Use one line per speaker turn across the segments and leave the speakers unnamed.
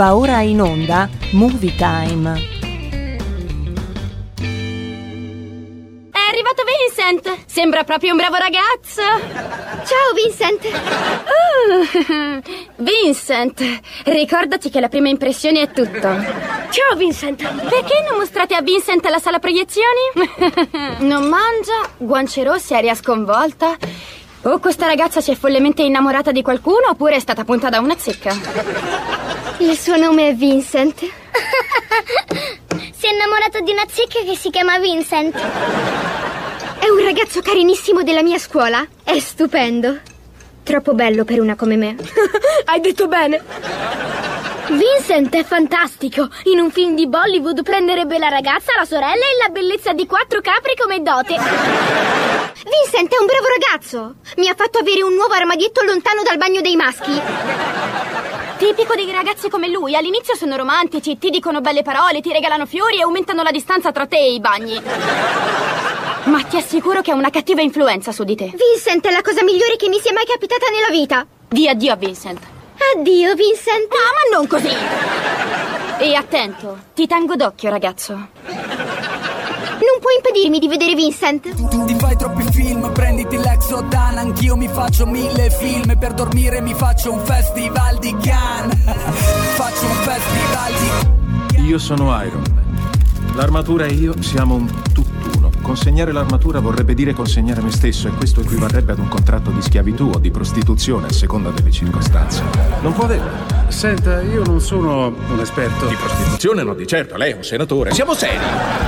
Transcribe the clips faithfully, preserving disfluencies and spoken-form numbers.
Va ora in onda Movie Time.
È arrivato Vincent! Sembra proprio un bravo ragazzo!
Ciao Vincent!
Uh, Vincent, ricordati che la prima impressione è tutto.
Ciao Vincent!
Perché non mostrate a Vincent la sala proiezioni? Non mangia, guance rosse, aria sconvolta. O questa ragazza si è follemente innamorata di qualcuno oppure è stata punta da una zecca.
Il suo nome è Vincent. Si è innamorato di una zecca che si chiama Vincent. È un ragazzo carinissimo della mia scuola. È stupendo. Troppo bello per una come me.
Hai detto bene.
Vincent è fantastico. In un film di Bollywood prenderebbe la ragazza, la sorella e la bellezza di quattro capri come dote. Vincent è un bravo ragazzo. Mi ha fatto avere un nuovo armadietto lontano dal bagno dei maschi.
Tipico dei ragazzi come lui. All'inizio sono romantici, ti dicono belle parole, ti regalano fiori e aumentano la distanza tra te e i bagni. Ma ti assicuro che ha una cattiva influenza su di te.
Vincent è la cosa migliore che mi sia mai capitata nella vita.
Di addio a Vincent.
Addio, Vincent.
Ah, ma non così. E attento, ti tengo d'occhio, ragazzo.
Non puoi impedirmi di vedere Vincent.
Tu ti fai troppi film, prenditi l'Exodan. Anch'io mi faccio mille film. Per dormire mi faccio un festival di Cannes. Faccio un festival di...
Io sono Iron Man. L'armatura e io siamo un tutt'uno. Consegnare l'armatura vorrebbe dire consegnare me stesso, e questo equivarrebbe ad un contratto di schiavitù o di prostituzione a seconda delle circostanze. Non può averlo.
Senta, io non sono un esperto
Di prostituzione no, di certo, lei è un senatore. Siamo seri.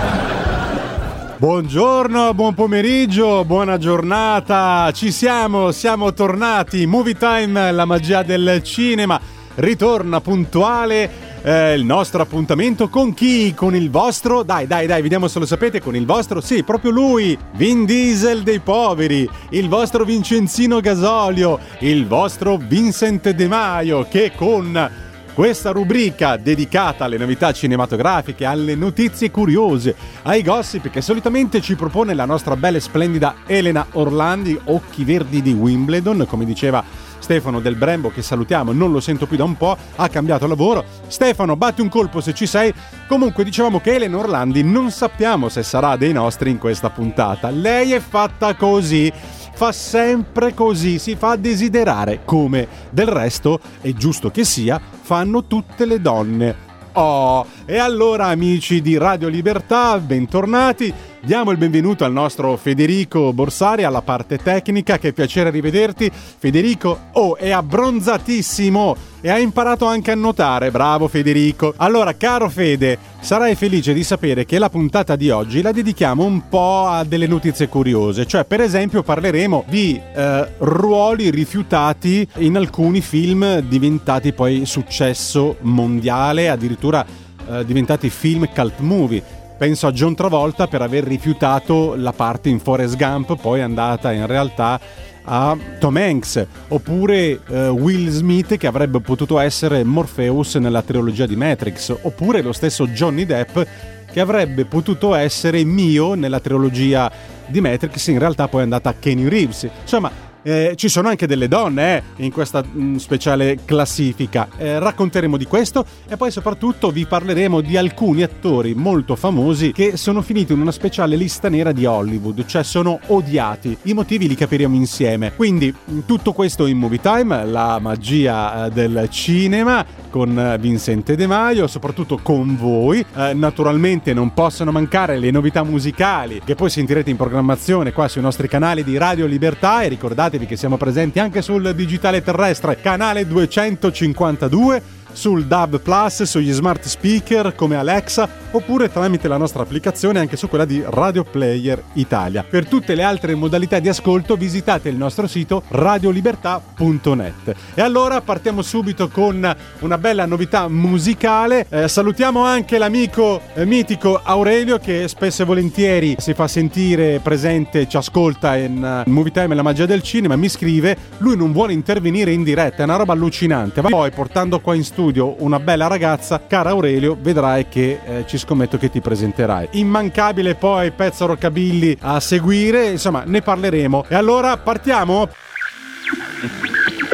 Buongiorno, buon pomeriggio, buona giornata. Ci siamo, siamo tornati. Movie Time, la magia del cinema. Ritorna puntuale. Eh, il nostro appuntamento con chi? Con il vostro, dai dai dai, vediamo se lo sapete, con il vostro, sì, proprio lui, Vin Diesel dei poveri, il vostro Vincenzino Gasolio, il vostro Vincent De Maio, che con questa rubrica dedicata alle novità cinematografiche, alle notizie curiose, ai gossip che solitamente ci propone la nostra bella e splendida Elena Orlandi, occhi verdi di Wimbledon, come diceva Stefano Del Brembo, che salutiamo, non lo sento più da un po', ha cambiato lavoro. Stefano, batti un colpo se ci sei. Comunque dicevamo che Elena Orlandi non sappiamo se sarà dei nostri in questa puntata. Lei è fatta così, fa sempre così, si fa desiderare, come del resto, è giusto che sia, fanno tutte le donne. Oh, e allora amici di Radio Libertà, bentornati. Diamo il benvenuto al nostro Federico Borsari alla parte tecnica. Che piacere rivederti, Federico. Oh, è abbronzatissimo e ha imparato anche a nuotare. Bravo Federico. Allora, caro Fede, sarai felice di sapere che la puntata di oggi la dedichiamo un po' a delle notizie curiose. Cioè, per esempio, parleremo di eh, ruoli rifiutati in alcuni film diventati poi successo mondiale, addirittura eh, diventati film cult movie. Penso a John Travolta per aver rifiutato la parte in Forrest Gump, poi è andata in realtà a Tom Hanks, oppure uh, Will Smith che avrebbe potuto essere Morpheus nella trilogia di Matrix, oppure lo stesso Johnny Depp che avrebbe potuto essere Neo nella trilogia di Matrix, in realtà poi è andata a Keanu Reeves. Insomma, Eh, ci sono anche delle donne eh, in questa mh, speciale classifica. Eh, racconteremo di questo e poi soprattutto vi parleremo di alcuni attori molto famosi che sono finiti in una speciale lista nera di Hollywood, cioè sono odiati. I motivi li capiremo insieme. Quindi tutto questo in Movie Time, la magia eh, del cinema, con Vincent De Maio, soprattutto con voi. Eh, naturalmente non possono mancare le novità musicali che poi sentirete in programmazione qua sui nostri canali di Radio Libertà, e ricordatevi che siamo presenti anche sul digitale terrestre, canale duecentocinquantadue, sul D A B Plus, sugli smart speaker come Alexa, oppure tramite la nostra applicazione anche su quella di Radio Player Italia. Per tutte le altre modalità di ascolto visitate il nostro sito radiolibertà punto net. E allora partiamo subito con una bella novità musicale. Eh, salutiamo anche l'amico eh, mitico Aurelio, che spesso e volentieri si fa sentire presente, ci ascolta in uh, Movie Time e la magia del cinema. Mi scrive, lui non vuole intervenire in diretta, è una roba allucinante. Poi portando qua in studio una bella ragazza, cara Aurelio, vedrai che eh, ci scommetto che ti presenterai. Immancabile poi pezzo rockabilly a seguire, insomma ne parleremo. E allora partiamo.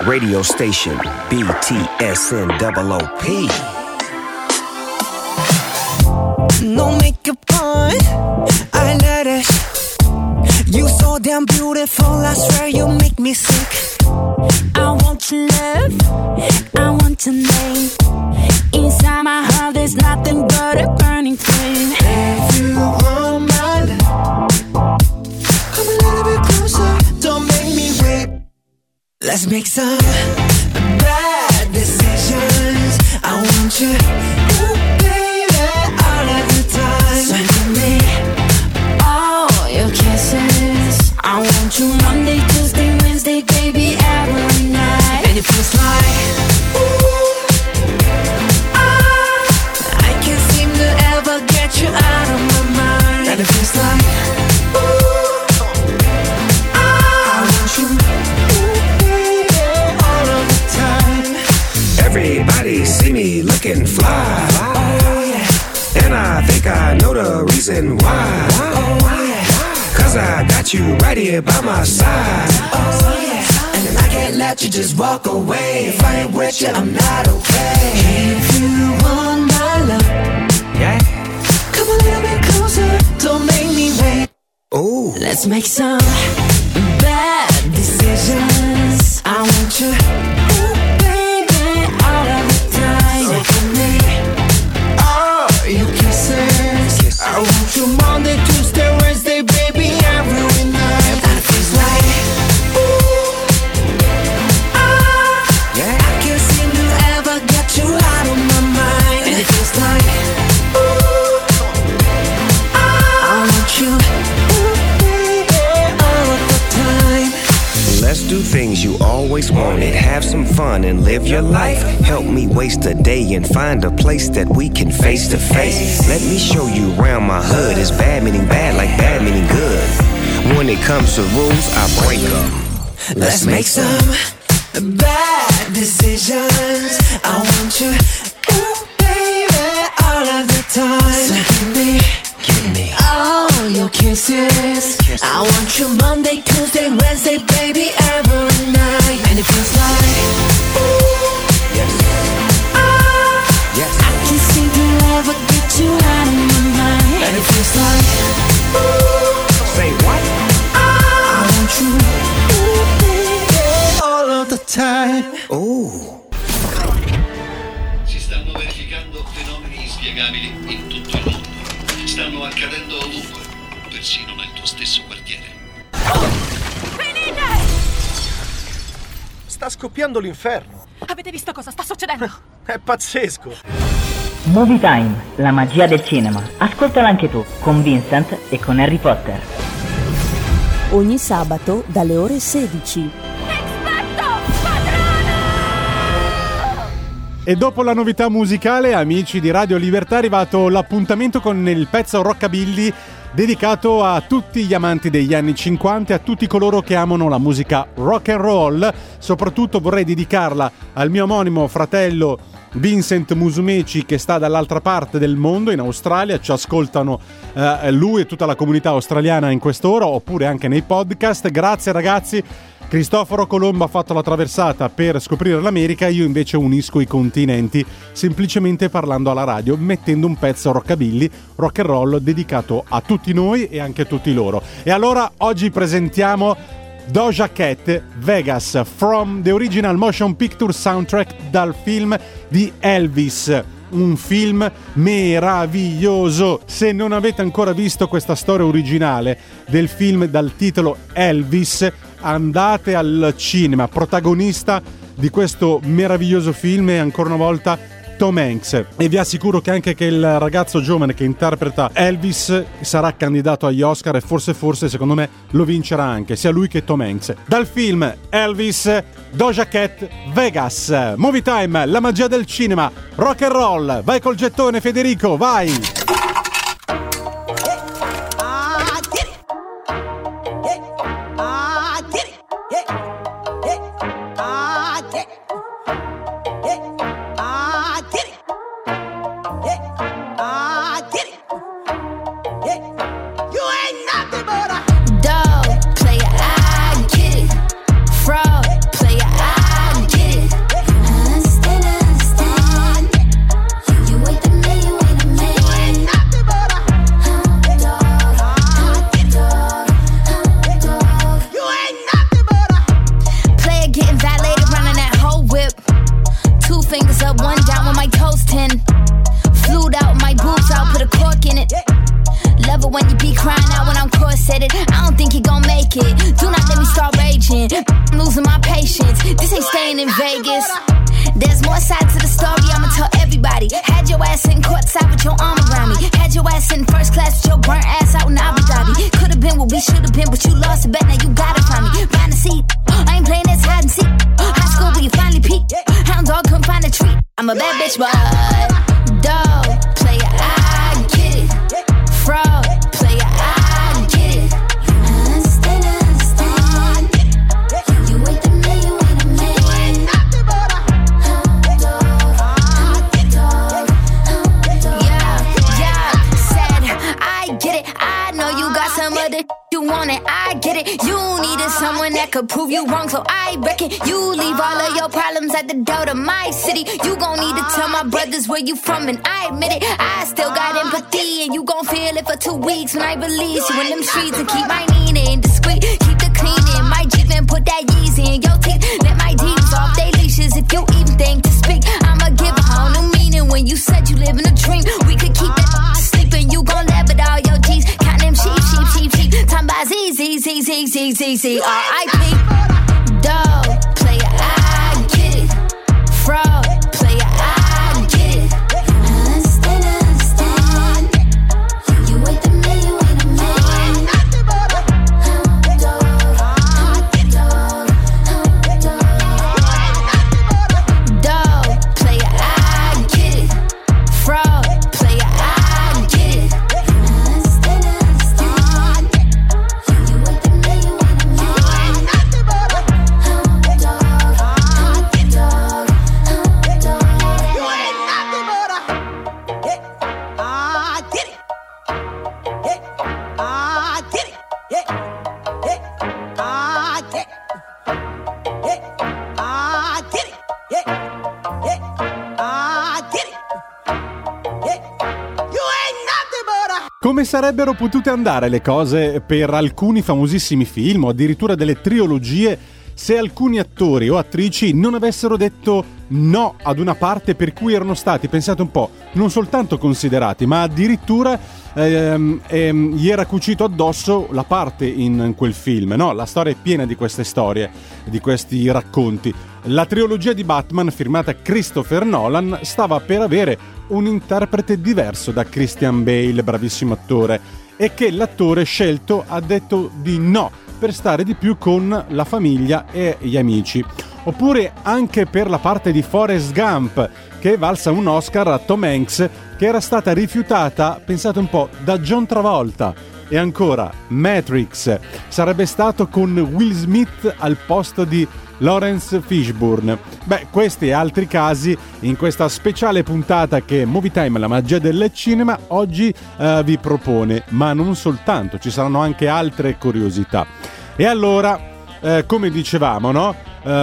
radio station, B T S N O O P.
No makeup on, I let it. You so damn beautiful, I swear you make me sick. I want your love, I want your name. Inside my heart there's nothing but a burning flame. If you want my love, come a little bit closer, don't make me wait. Let's make some bad decisions. I want you, ooh, baby, all of the time. So give me all your kisses. I want you Monday, Tuesday, Wednesday, baby, every night. And it feels like, ooh, ah, I can't seem to ever get you out of my mind. And it feels like, ooh, ah, I want you, ooh, baby, all of the time.
Everybody see me looking fly,
Oh yeah,
and I think I know the reason why.
oh yeah,
Cause I got you right here by my side.
oh yeah. And I can't let you just walk away. If I ain't with you, I'm not okay. If you want my love,
Yeah.
come a little bit closer, don't make me wait.
Ooh.
Let's make some bad decisions. I want you, ooh, baby, all of the time. So give me all your kisses. I want you Monday, Tuesday, Wednesday, baby, every night. And it feels like, ooh, ah,
Yeah.
I can't seem to ever get you out of my mind. And it feels like, ooh, ah, I want you, ooh, baby, all of the time.
Let's do things you always wanted. Have some fun and live your life. Help me waste a day and find a place that we can face to face. Let me show you around my hood. It's bad meaning bad like bad meaning good. When it comes to rules, I break them.
Let's make some bad decisions. I want you, ooh, baby, all of the time. So give me,
Give me
all your kisses. I want you Monday, Tuesday, Wednesday, baby, every night. And it feels like, ooh,
yes,
ah,
yes.
I can't seem to ever get you out of my mind. And it feels like, ooh,
Say what?
I want you, ooh, baby, all of the time.
Ooh.
Si stanno verificando fenomeni inspiegabili in tutto il mondo. Stanno accadendo ovunque, persino nel tuo stesso quartiere.
Venite!
Sta scoppiando l'inferno.
Avete visto cosa sta succedendo?
È pazzesco.
Movie Time, la magia del cinema. Ascoltala anche tu, con Vincent e con Harry Potter.
Ogni sabato dalle ore sedici.
E dopo la novità musicale, amici di Radio Libertà, è arrivato l'appuntamento con il pezzo Rockabilly dedicato a tutti gli amanti degli anni cinquanta e a tutti coloro che amano la musica rock and roll. Soprattutto vorrei dedicarla al mio omonimo fratello Vincent Musumeci, che sta dall'altra parte del mondo, in Australia. Ci ascoltano eh, lui e tutta la comunità australiana in quest'ora, oppure anche nei podcast. Grazie ragazzi. Cristoforo Colombo ha fatto la traversata per scoprire l'America, io invece unisco i continenti semplicemente parlando alla radio, mettendo un pezzo rockabilly, rock and roll dedicato a tutti noi e anche a tutti loro. E allora oggi presentiamo Doja Cat, Vegas, from the original motion picture soundtrack dal film di Elvis. Un film meraviglioso. Se non avete ancora visto questa storia originale del film dal titolo Elvis, andate al cinema. Protagonista di questo meraviglioso film è ancora una volta Tom Hanks, e vi assicuro che anche che il ragazzo giovane che interpreta Elvis sarà candidato agli Oscar, e forse forse secondo me lo vincerà anche, sia lui che Tom Hanks. Dal film Elvis, Doja Cat, Vegas. Movie Time, la magia del cinema, rock and roll. Vai col gettone Federico, vai!
Dog, player, I get it. Fraud, player, I
like it. Do not let me start raging. I'm losing my patience. This ain't staying in Vegas. There's more sides to the story, I'ma tell everybody. Had your ass in courtside with your arm around me. Had your ass in first class with your burnt ass out in Abu Dhabi. Could've been what we should've been, but you lost it, bet now you gotta find me. Find a seat, I ain't playing this hide and seek. High school where you finally peaked. Hound dog couldn't find a treat. I'm a bad bitch, but dog, player, I get it. Fraud, player, I get it. Understand, understand. You ain't the man, you ain't a man. You want it, I get it. You needed someone that could prove you wrong, so I reckon you leave all of your problems at the door to my city. You gon' need to tell my brothers where you from, and I admit it. I still got empathy, and you gon' feel it for two weeks when I release you in them streets and keep my meaning discreet. Keep the cleaning, my Jeep and put that Yeezy in your teeth. Let my demons off they leashes if you even think to speak. I'ma give a whole new meaning when you said you live in a dream. We could keep that sleeping, you gon' laugh at all your G's. Count them sheep, sheep, sheep, sheep. Time by Z, Z, Z, Z, Z, Z, Z, R I P. Dog, player, I get it. Fraud, player, I get it. Understand, understand. You ain't the man, you ain't a man. Dog, dog, dog. Dog, player, I get it. Fraud, player, I get it. Understand, understand. You ain't the man, you ain't a man. Dog, dog, dog.
You ain't nothing but a. Yeah, I get it. Yeah, I get it. Yeah, yeah, I get it. Yeah, I get it. Yeah, yeah, I get it. Yeah, you ain't nothing but a.
Come sarebbero potute andare le cose per alcuni famosissimi film o addirittura delle trilogie se alcuni attori o attrici non avessero detto no ad una parte per cui erano stati, pensate un po', non soltanto considerati, ma addirittura ehm, ehm, gli era cucito addosso la parte in quel film, no? La storia è piena di queste storie, di questi racconti. La trilogia di Batman, firmata Christopher Nolan, stava per avere un interprete diverso da Christian Bale, bravissimo attore, e che l'attore scelto ha detto di no per stare di più con la famiglia e gli amici. Oppure anche per la parte di Forrest Gump, che è valsa un Oscar a Tom Hanks, che era stata rifiutata, pensate un po', da John Travolta. E ancora, Matrix sarebbe stato con Will Smith al posto di Lawrence Fishburne. Beh, questi e altri casi in questa speciale puntata che Movie Time, la magia del cinema, oggi eh, vi propone, ma non soltanto, ci saranno anche altre curiosità. E allora, eh, come dicevamo, no?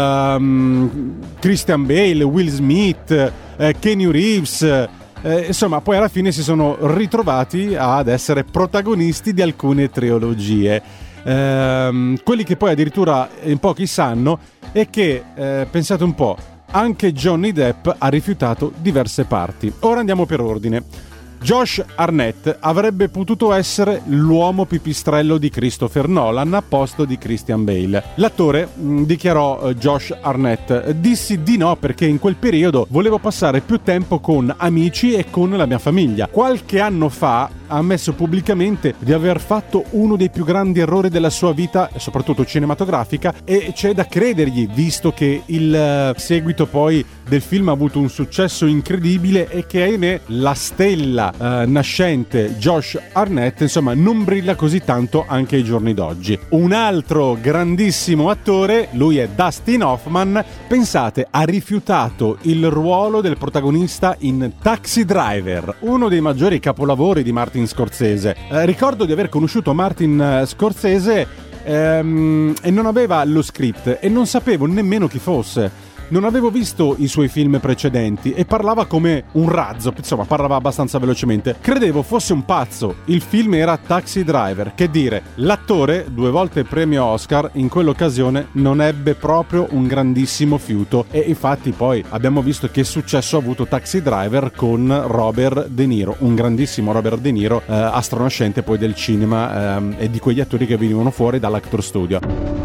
Um, Christian Bale, Will Smith, eh, Keanu Reeves, eh, insomma, poi alla fine si sono ritrovati ad essere protagonisti di alcune trilogie. Eh, quelli che poi addirittura in pochi sanno è che, eh, pensate un po', anche Johnny Depp ha rifiutato diverse parti. Ora andiamo per ordine. Josh Hartnett avrebbe potuto essere l'uomo pipistrello di Christopher Nolan a posto di Christian Bale. L'attore mh, dichiarò, uh, Josh Hartnett, dissi di no perché in quel periodo volevo passare più tempo con amici e con la mia famiglia. Qualche anno fa ha ammesso pubblicamente di aver fatto uno dei più grandi errori della sua vita, soprattutto cinematografica, e c'è da credergli, visto che il uh, seguito poi del film ha avuto un successo incredibile e che, ahimè, la stella Uh, nascente Josh Hartnett, insomma, non brilla così tanto anche ai giorni d'oggi. Un altro grandissimo attore, lui è Dustin Hoffman, pensate, ha rifiutato il ruolo del protagonista in Taxi Driver, uno dei maggiori capolavori di Martin Scorsese. Uh, ricordo di aver conosciuto Martin Scorsese ehm, e non aveva lo script e non sapevo nemmeno chi fosse. Non avevo visto i suoi film precedenti e parlava come un razzo, insomma parlava abbastanza velocemente. Credevo fosse un pazzo. Il film era Taxi Driver, che dire, l'attore, due volte premio Oscar, in quell'occasione non ebbe proprio un grandissimo fiuto e infatti poi abbiamo visto che successo ha avuto Taxi Driver con Robert De Niro, un grandissimo Robert De Niro, eh, astronascente poi del cinema ehm, e di quegli attori che venivano fuori dall'Actor Studio.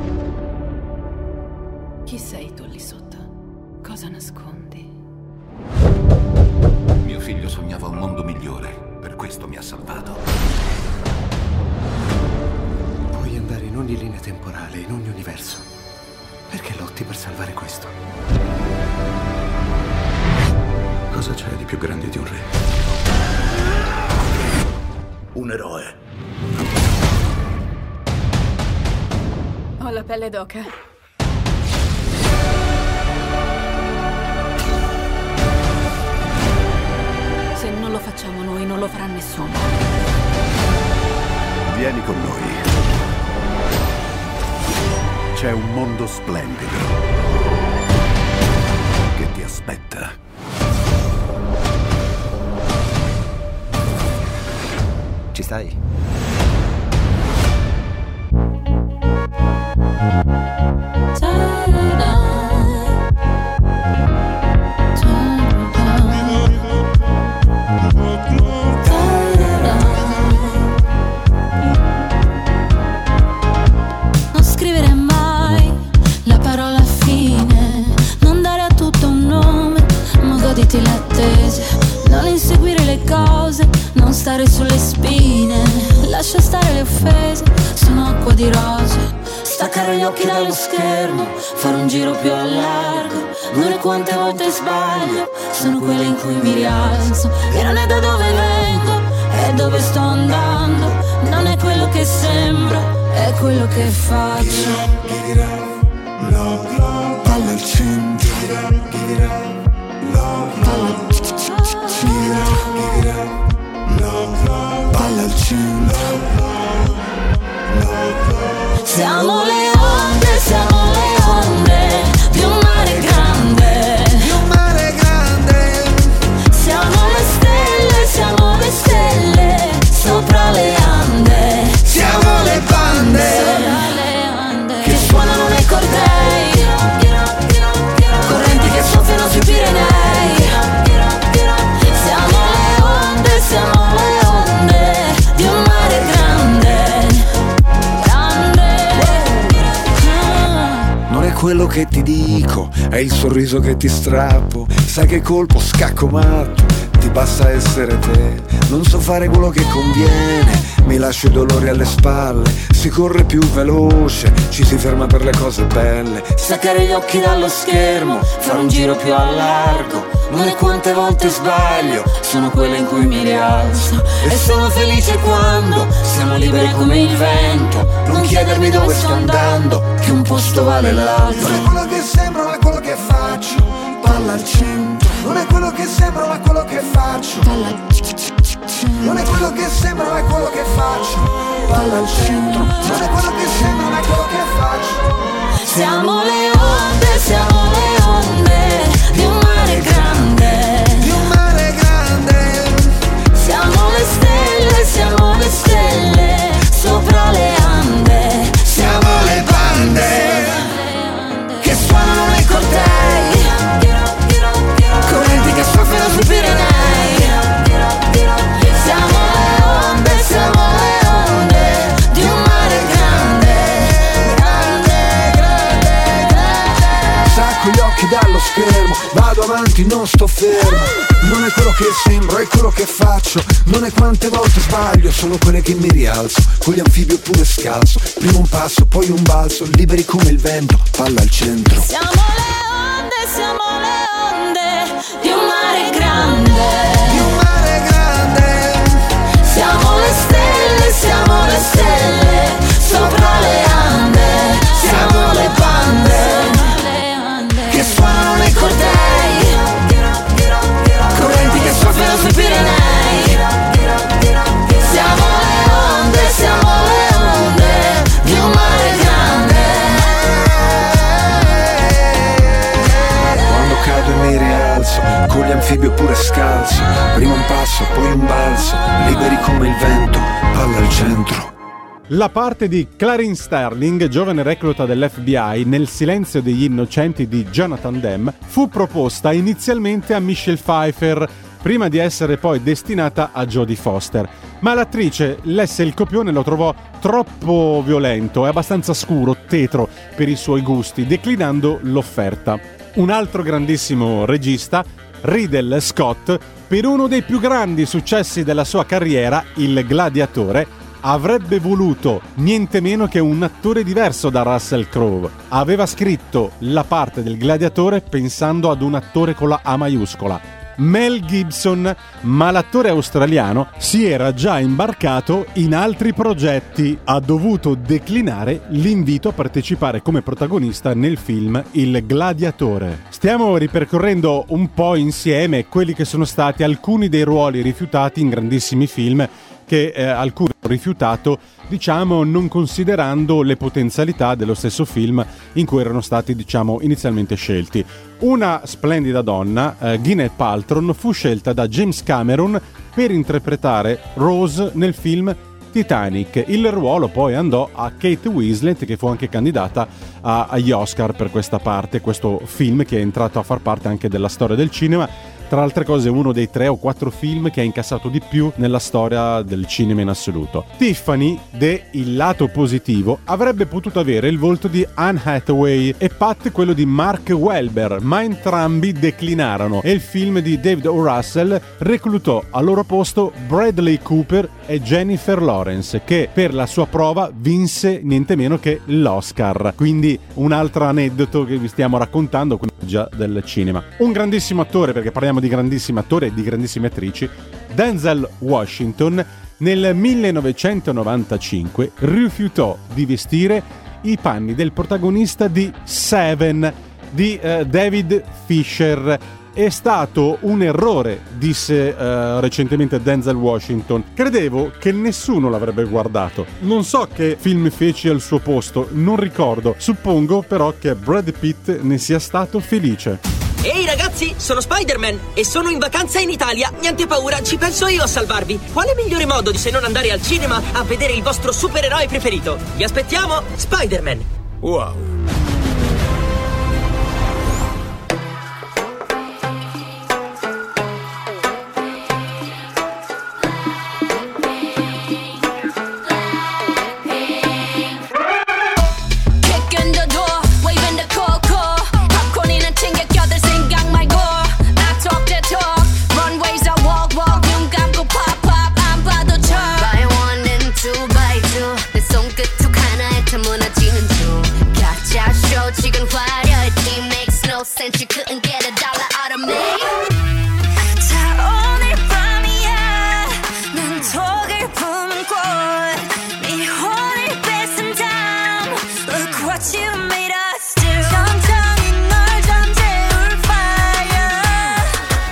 Chi sei tu lì sotto? Cosa nascondi?
Mio figlio sognava un mondo migliore, per questo mi ha salvato.
Puoi andare in ogni linea temporale, in ogni universo. Perché lotti per salvare questo?
Cosa c'è di più grande di un re? Un eroe.
Ho la pelle d'oca. Se non lo facciamo noi, non lo farà nessuno.
Vieni con noi. C'è un mondo splendido che ti aspetta.
Ci stai?
Non scrivere mai la parola fine, non dare a tutto un nome, ma goditi l'attesa, non inseguire le cose, non stare sulle spine, lascia stare le offese, sono acqua di rose. Staccare gli occhi dallo schermo, fare un giro più a largo, non è quante volte sbaglio, sono quelle in cui mi rialzo, che non è da dove vengo, è dove sto andando, non è quello che sembro, è quello che faccio.
Palla al centro, palla al centro.
Siamo le onde, siamo le onde di un mare grande, di un mare grande. Siamo le stelle, siamo le stelle sopra le Ande. Siamo le bande, sopra le Ande, che suonano nei cordei, correnti che soffiano sui Pirenei. Siamo le onde, siamo le onde di un mare grande.
Non è quello che ti dico, è il sorriso che ti strappo. Sai che colpo, scacco matto, ti basta essere te. Non so fare quello che conviene, mi lascio i dolori alle spalle. Si corre più veloce, ci si ferma per le cose belle.
Staccare gli occhi dallo schermo, fare un giro più a largo, non è quante volte sbaglio, sono quelle in cui mi rialzo. E sono felice quando siamo liberi come il vento. Non chiedermi dove sto andando, che un posto vale l'altro.
Non è quello che sembra, ma è quello che faccio. Palla al centro. Non è quello che sembra, ma è quello che faccio. Palla al centro. Non è quello che sembra, ma è quello che faccio. Palla al centro. Non è quello che sembra, ma è quello che faccio.
Siamo le onde, siamo le onde di un mare grande, di un mare grande. Siamo le stelle, siamo le stelle sopra le Ande. Siamo le bande che suonano nei cortei, correnti che soffiano sui Pirenei. Siamo le onde, siamo le onde di un mare grande, grande, grande, grande.
Stacco gli occhi dallo schermo, vado avanti, non sto fermo. Non è quello che sembro, è quello che faccio. Non è quante volte sbaglio, sono quelle che mi rialzo. Con gli anfibi oppure scalzo, prima un passo, poi un balzo, liberi come il vento, palla al centro.
Siamo le onde, siamo le onde di un mare grande, di un mare grande. Siamo le stelle, siamo le stelle sopra le Ande. Siamo le bande che suonano nei cortei, correnti che soffiano sui Pirenei. Siamo le onde, siamo le onde di un mare grande.
con gli anfibi oppure scalzo. Prima un passo, poi un balzo, liberi come il vento, palla al centro.
La parte di Clarence Sterling, giovane recluta dell'F B I nel Silenzio degli innocenti di Jonathan Demme, fu proposta inizialmente a Michelle Pfeiffer, prima di essere poi destinata a Jodie Foster. Ma l'attrice lesse il copione e lo trovò troppo violento e abbastanza scuro, tetro per i suoi gusti, declinando l'offerta. Un altro grandissimo regista, Ridley Scott, per uno dei più grandi successi della sua carriera, Il Gladiatore, avrebbe voluto niente meno che un attore diverso da Russell Crowe. Aveva scritto la parte del gladiatore pensando ad un attore con la A maiuscola, Mel Gibson, ma l'attore australiano si era già imbarcato in altri progetti. Ha dovuto declinare l'invito a partecipare come protagonista nel film Il Gladiatore. Stiamo ripercorrendo un po' insieme quelli che sono stati alcuni dei ruoli rifiutati in grandissimi film che eh, alcuni hanno rifiutato, diciamo, non considerando le potenzialità dello stesso film in cui erano stati, diciamo, inizialmente scelti. Una splendida donna, eh, Gwyneth Paltrow, fu scelta da James Cameron per interpretare Rose nel film Titanic. Il ruolo poi andò a Kate Winslet, che fu anche candidata a, agli Oscar per questa parte, questo film che è entrato a far parte anche della storia del cinema. Tra altre cose, uno dei tre o quattro film che ha incassato di più nella storia del cinema in assoluto. Tiffany, de Il lato positivo, avrebbe potuto avere il volto di Anne Hathaway e Pat quello di Mark Wahlberg, ma entrambi declinarono e il film di David O. Russell reclutò al loro posto Bradley Cooper e Jennifer Lawrence, che per la sua prova vinse niente meno che l'Oscar. Quindi un altro aneddoto che vi stiamo raccontando già del cinema. Un grandissimo attore, perché parliamo di grandissimi attori e di grandissime attrici, Denzel Washington, nel millenovecentonovantacinque rifiutò di vestire i panni del protagonista di Seven di uh, David Fisher. È stato un errore, disse uh, recentemente Denzel Washington. Credevo che nessuno l'avrebbe guardato. Non so che film feci al suo posto, non ricordo. Suppongo però che Brad Pitt ne sia stato felice.
Ehi ragazzi, sono Spider-Man e sono in vacanza in Italia. Niente paura, ci penso io a salvarvi. Quale migliore modo di se non andare al cinema a vedere il vostro supereroe preferito? Vi aspettiamo, Spider-Man.
Wow.
Since you couldn't get a dollar out of me. 자 오늘 밤이야 난 독을 품은 꽃 네 혼을 뺏은 다음 Look what you made us do 천천히 널 잠재울 fire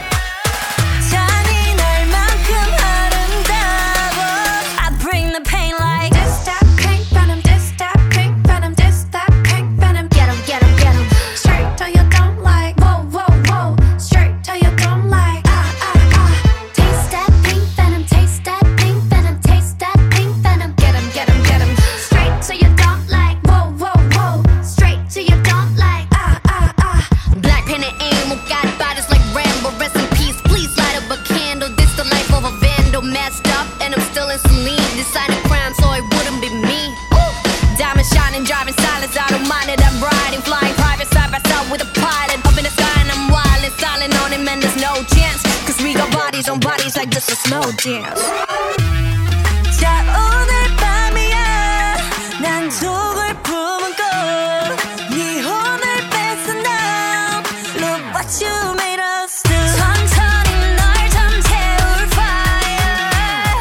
잔인할 만큼 아름다워 I bring the pain like This that pink venom, this that pink venom, this that pink venom Get 'em, get 'em, get 'em Straight to your dome like whoa, whoa, whoa Straight to your dome like ah, ah, ah Taste that pink venom, taste that pink venom Taste that pink venom Get 'em, get 'em, get 'em Straight to your dome like whoa, whoa, whoa Straight to your dome like ah, ah, ah Black pen and ink, got bodies like Rambo Rest in peace, please light up a candle This the life of a vandal Messed up and I'm still in saline Decided crime so it wouldn't be me Woo! Diamond shining, driving silence I don't mind it, I'm riding Flying private side by side with a pilot Up in the sky and I'm wild and silent on him And there's no chance Cause we got bodies on bodies like this a slow dance 자 오늘 밤이야 난 독을 품은 꽃네 혼을 뺏은 다음 Look what you made us do 천천히 널 잠재울 fire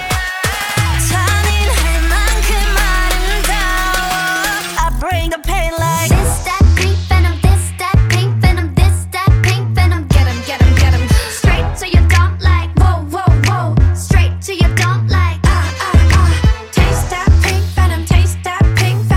잔인할 만큼 아름다워 I bring the pain like This that pink venom, this that pink venom, this that pink venom Get 'em, get 'em, get 'em Straight to your dome like whoa, whoa, whoa Straight to your dome like ah, ah, ah Taste that pink venom, taste that pink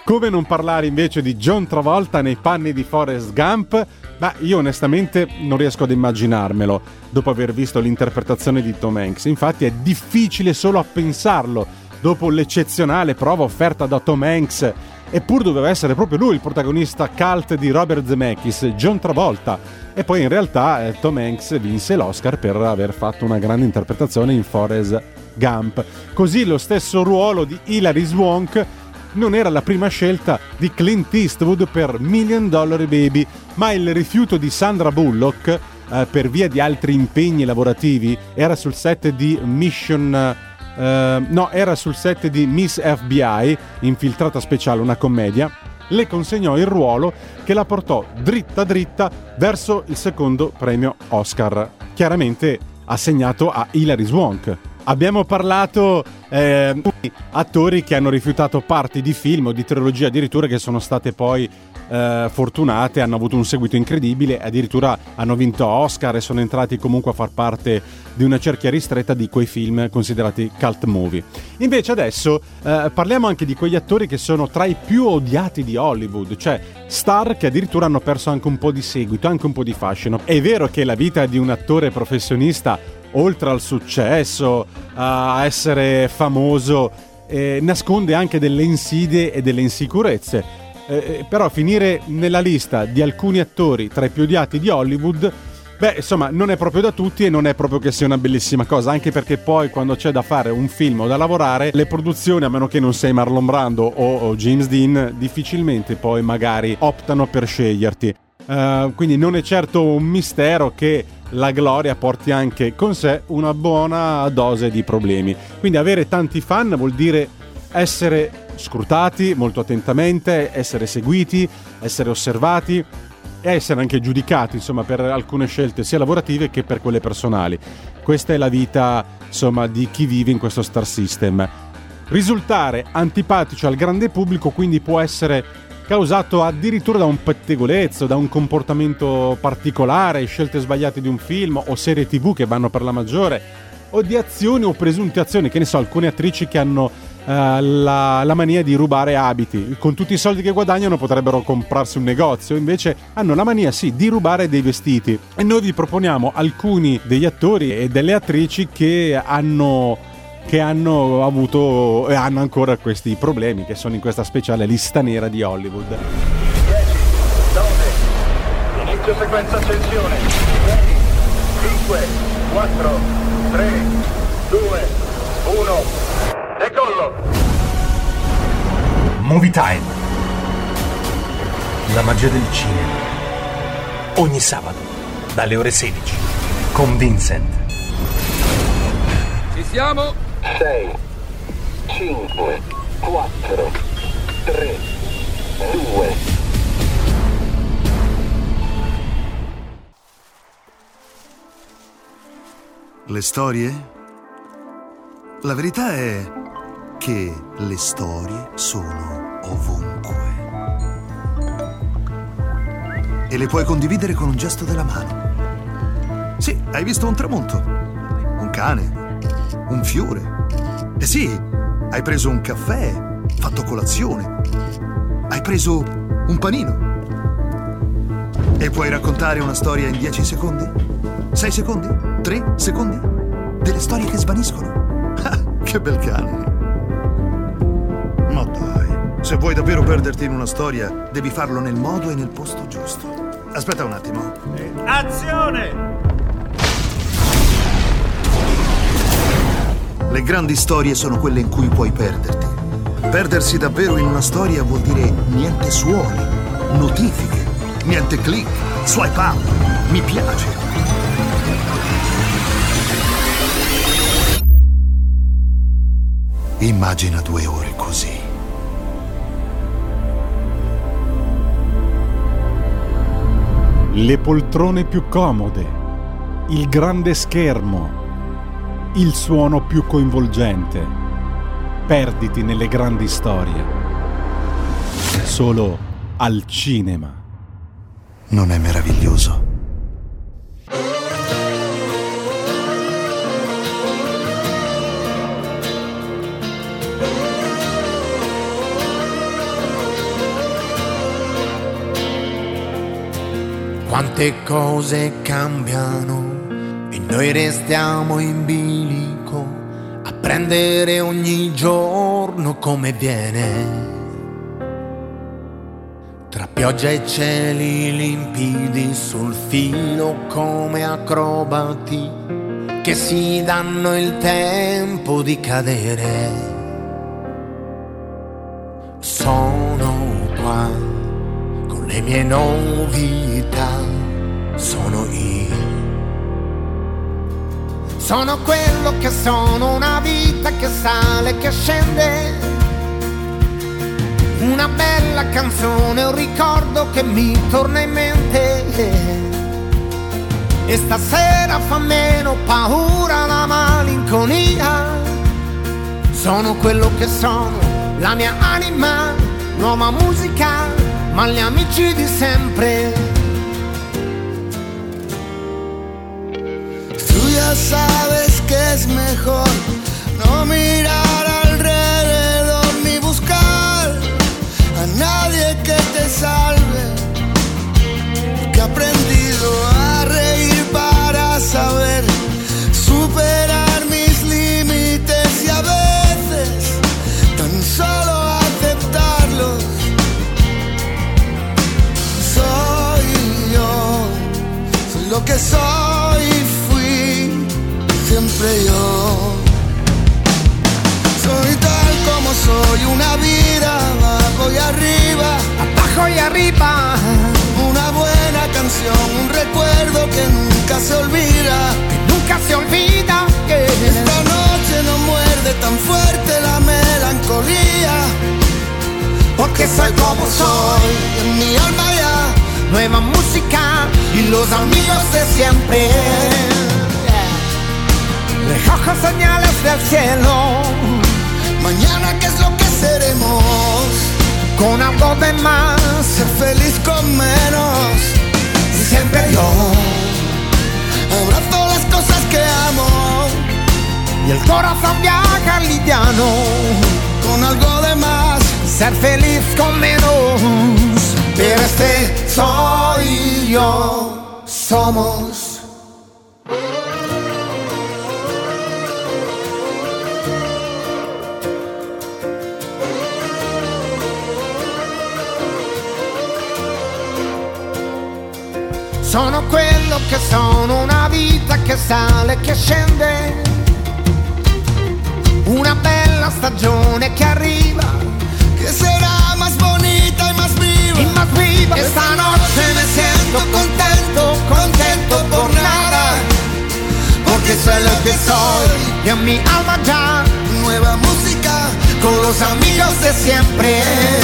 Come non parlare invece di John Travolta nei panni di Forrest Gump? Ma io onestamente non riesco ad immaginarmelo dopo aver visto l'interpretazione di Tom Hanks. Infatti è difficile solo a pensarlo dopo l'eccezionale prova offerta da Tom Hanks. Eppur doveva essere proprio lui il protagonista cult di Robert Zemeckis, John Travolta. E poi in realtà eh, Tom Hanks vinse l'Oscar per aver fatto una grande interpretazione in Forrest Gump. Così lo stesso ruolo di Hilary Swank non era la prima scelta di Clint Eastwood per Million Dollar Baby, ma il rifiuto di Sandra Bullock eh, per via di altri impegni lavorativi era sul set di Mission... Uh, no, era sul set di Miss F B I, Infiltrata Speciale, una commedia, le consegnò il ruolo che la portò dritta dritta verso il secondo premio Oscar, chiaramente assegnato a Hilary Swank. Abbiamo parlato eh, di attori che hanno rifiutato parti di film o di trilogie addirittura che sono state poi eh, fortunate, hanno avuto un seguito incredibile, addirittura hanno vinto Oscar e sono entrati comunque a far parte di una cerchia ristretta di quei film considerati cult movie. Invece adesso eh, parliamo anche di quegli attori che sono tra i più odiati di Hollywood, cioè star che addirittura hanno perso anche un po' di seguito, anche un po' di fascino. È vero che la vita di un attore professionista, oltre al successo, a essere famoso, eh, nasconde anche delle insidie e delle insicurezze. Eh, però finire nella lista di alcuni attori tra i più odiati di Hollywood, beh, insomma, non è proprio da tutti e non è proprio che sia una bellissima cosa, anche perché poi quando c'è da fare un film o da lavorare, le produzioni, a meno che non sei Marlon Brando o, o James Dean, difficilmente poi magari optano per sceglierti. Uh, quindi non è certo un mistero che la gloria porti anche con sé una buona dose di problemi. Quindi avere tanti fan vuol dire essere scrutati molto attentamente, essere seguiti, essere osservati e essere anche giudicati, insomma, per alcune scelte sia lavorative che per quelle personali. Questa è la vita, insomma, di chi vive in questo star system. Risultare antipatici al grande pubblico quindi può essere causato addirittura da un pettegolezzo, da un comportamento particolare, scelte sbagliate di un film o serie tv che vanno per la maggiore, o di azioni o presunte azioni, che ne so, alcune attrici che hanno uh, la, la mania di rubare abiti. Con tutti i soldi che guadagnano potrebbero comprarsi un negozio, invece hanno la mania, sì, di rubare dei vestiti. E noi vi proponiamo alcuni degli attori e delle attrici che hanno... che hanno avuto e hanno ancora questi problemi, che sono in questa speciale lista nera di Hollywood.
dieci, nove, inizio sequenza accensione. sei, cinque, quattro, tre, due, uno, decollo.
Movie Time. La magia del cinema. Ogni sabato, dalle ore sedici, con Vincent.
Ci siamo? sei, cinque, quattro, tre, due.
Le storie? La verità è che le storie sono ovunque. E le puoi condividere con un gesto della mano. Sì, hai visto un tramonto, un cane, un fiore. Eh sì, hai preso un caffè, fatto colazione, hai preso un panino. E puoi raccontare una storia in dieci secondi? sei secondi? tre secondi? Delle storie che svaniscono. Ah, che bel cane. Ma dai, se vuoi davvero perderti in una storia, devi farlo nel modo e nel posto giusto. Aspetta un attimo.
Azione!
Le grandi storie sono quelle in cui puoi perderti. Perdersi davvero in una storia vuol dire niente suoni, notifiche, niente click, swipe up, mi piace. Immagina due ore così.
Le poltrone più comode, il grande schermo, il suono più coinvolgente. Perditi nelle grandi storie. Solo al cinema.
Non è meraviglioso?
Quante cose cambiano e noi restiamo in bilico a prendere ogni giorno come viene. Tra pioggia e cieli limpidi sul filo come acrobati che si danno il tempo di cadere. Sono qua con le mie novità, sono io. Sono quello che sono, una vita che sale, che scende. Una bella canzone, un ricordo che mi torna in mente. E stasera fa meno paura la malinconia. Sono quello che sono, la mia anima, nuova musica, ma gli amici di sempre.
Tú ya sabes que es mejor no mirar alrededor ni buscar a nadie que te salve, que he aprendido a reír para saber superar mis límites y a veces tan solo aceptarlos. Soy yo, soy lo que soy y fui siempre yo. Soy tal como soy, una vida abajo y arriba,
abajo y arriba.
Una buena canción, un recuerdo que nunca se olvida,
que nunca se olvida. Que
esta noche no muerde tan fuerte la melancolía,
porque soy como soy,
en mi alma ya
nueva música y los amigos de siempre. Lejos señales del cielo.
Mañana qué es lo que seremos,
con algo de más,
ser feliz con menos.
Y siempre yo
abrazo las cosas que amo
y el corazón viaja liviano,
con algo de más,
ser feliz con menos. Pero este soy yo, somos. Sono quello che sono, una vita che sale, che scende. Una bella stagione che arriva,
que será más bonita y más viva.
Y más viva.
Esta noche me siento contento, contento por nada,
porque soy lo que soy y en mi alma ya
nueva música,
con los amigos de siempre.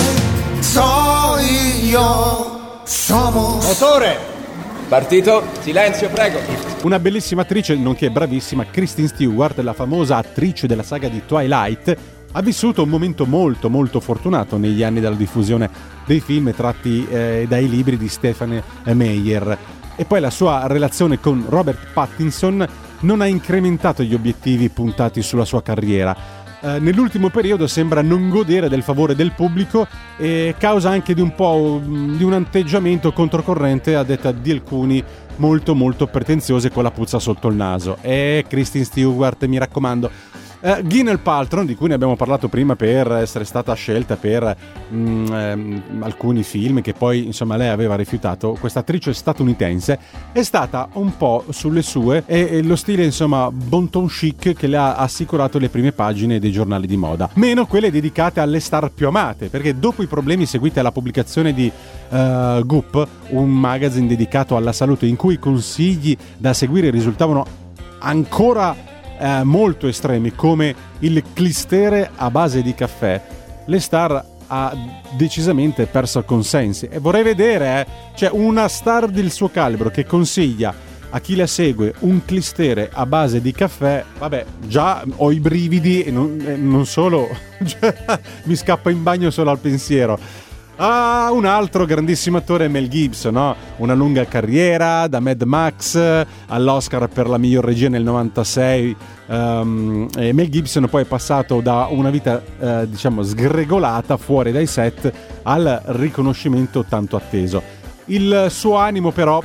Soy yo, somos.
Motore! Partito, silenzio, prego.
Una bellissima attrice, nonché bravissima, Kristen Stewart, la famosa attrice della saga di Twilight, ha vissuto un momento molto molto fortunato negli anni della diffusione dei film tratti eh, dai libri di Stephenie Meyer. E poi la sua relazione con Robert Pattinson non ha incrementato gli obiettivi puntati sulla sua carriera. Uh, nell'ultimo periodo sembra non godere del favore del pubblico e causa anche di un po' um, di un atteggiamento controcorrente, a detta di alcuni, molto molto pretenzioso e con la puzza sotto il naso. E Kristen Stewart, mi raccomando. Uh, Gwyneth Paltrow, di cui ne abbiamo parlato prima per essere stata scelta per mm, ehm, alcuni film che poi insomma lei aveva rifiutato, questa attrice statunitense è stata un po' sulle sue e, e lo stile insomma bon ton chic che le ha assicurato le prime pagine dei giornali di moda, meno quelle dedicate alle star più amate, perché dopo i problemi seguiti alla pubblicazione di uh, Goop, un magazine dedicato alla salute in cui i consigli da seguire risultavano ancora Eh, molto estremi, come il clistere a base di caffè, le star ha decisamente perso consensi. E vorrei vedere eh, cioè una star del suo calibro che consiglia a chi la segue un clistere a base di caffè. Vabbè, già ho i brividi e non, eh, non solo cioè, mi scappa in bagno solo al pensiero. Ah, un altro grandissimo attore è Mel Gibson, no? Una lunga carriera, da Mad Max all'Oscar per la miglior regia nel novantasei. Um, e Mel Gibson poi è passato da una vita eh, diciamo sgregolata fuori dai set al riconoscimento tanto atteso. Il suo animo però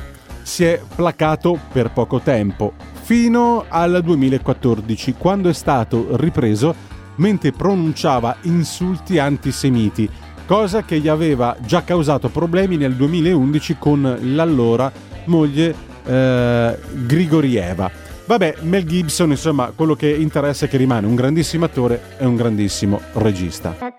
si è placato per poco tempo, fino al duemilaquattordici, quando è stato ripreso mentre pronunciava insulti antisemiti, cosa che gli aveva già causato problemi nel duemilaundici con l'allora moglie eh, Grigorieva. Vabbè, Mel Gibson, insomma, quello che interessa è che rimane un grandissimo attore e un grandissimo regista.
All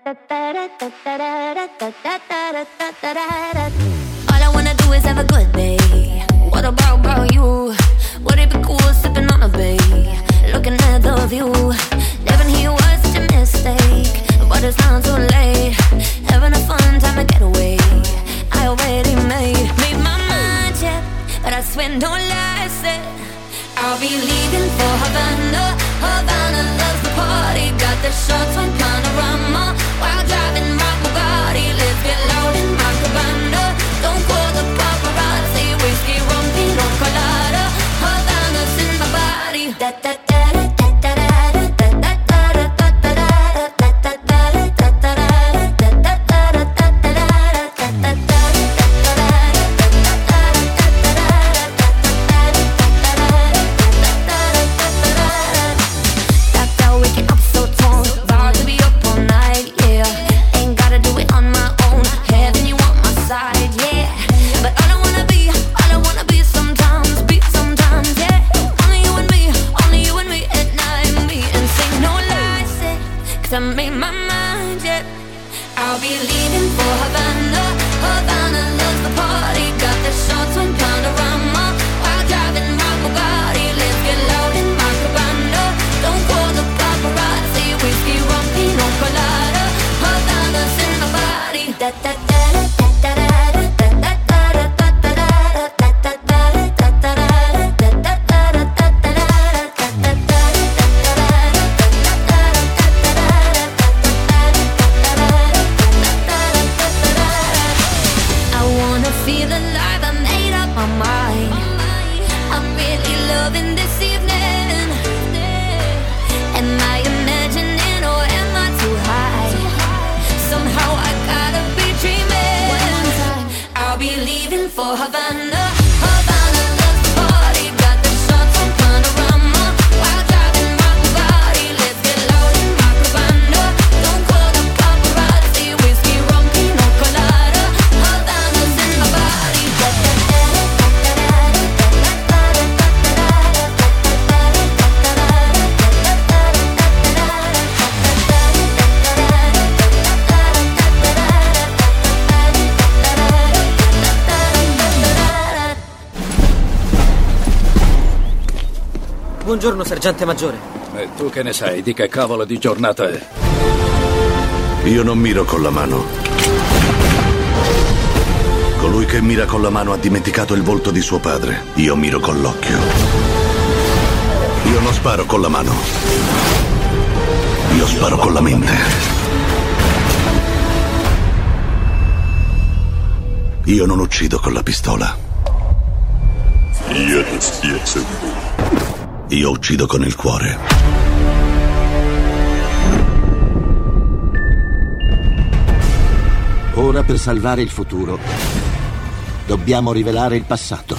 I wanna do is have a good day. What about, about you? Would it be cool sipping on a bay? Looking at the view. Living here was such a mistake, but it's not too late. Having a fun time to get away. I already made, made my mind, yeah, but I swear no lies said I'll be leaving for Havana. Havana loves the party. Got the shorts on panorama while driving my Bugatti. Let's get loud in my cabana. Don't call the paparazzi. Whiskey, rum, pina colada. Havana's in my body. Da da da da da da da da da da da I made my mind, yeah. I'll be leaving for Havana. Havana loves the party. Got the shorts on panorama while driving my Bugatti. Let's get loud in my cabana. Don't call the paparazzi. Whiskey, rum, pina colada. Havana's in my body. Da da da da da da da da da da da da da da da. Feel alive, I made up my mind. I'm really loving this evening. Am I imagining or am I too high? Somehow I gotta be dreaming. I'll be leaving for Havana. Havana loves the party. Got the shots on panorama while driving my Bugatti. Let's get loud in my cabana. Don't call the paparazzi. Whiskey, rum, pina colada. Havana's in my body.
Buongiorno, sergente maggiore.
E tu che ne sai di che cavolo di giornata è?
Io non miro con la mano. Colui che mira con la mano ha dimenticato il volto di suo padre. Io miro con l'occhio. Io non sparo con la mano. Io sparo con la mente. Io non uccido con la pistola. Io ti spiego. Io uccido con il cuore.
Ora, per salvare il futuro, dobbiamo rivelare il passato.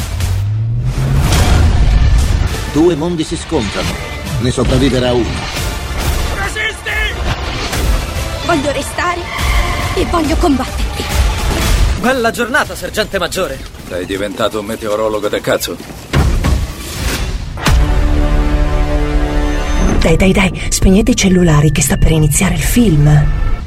Due mondi si scontrano. Ne sopravviverà uno.
Resisti! Voglio restare e voglio combatterti.
Bella giornata, sergente maggiore.
Sei diventato un meteorologo del cazzo.
Dai, dai, dai, spegnete i cellulari che sta per iniziare il film.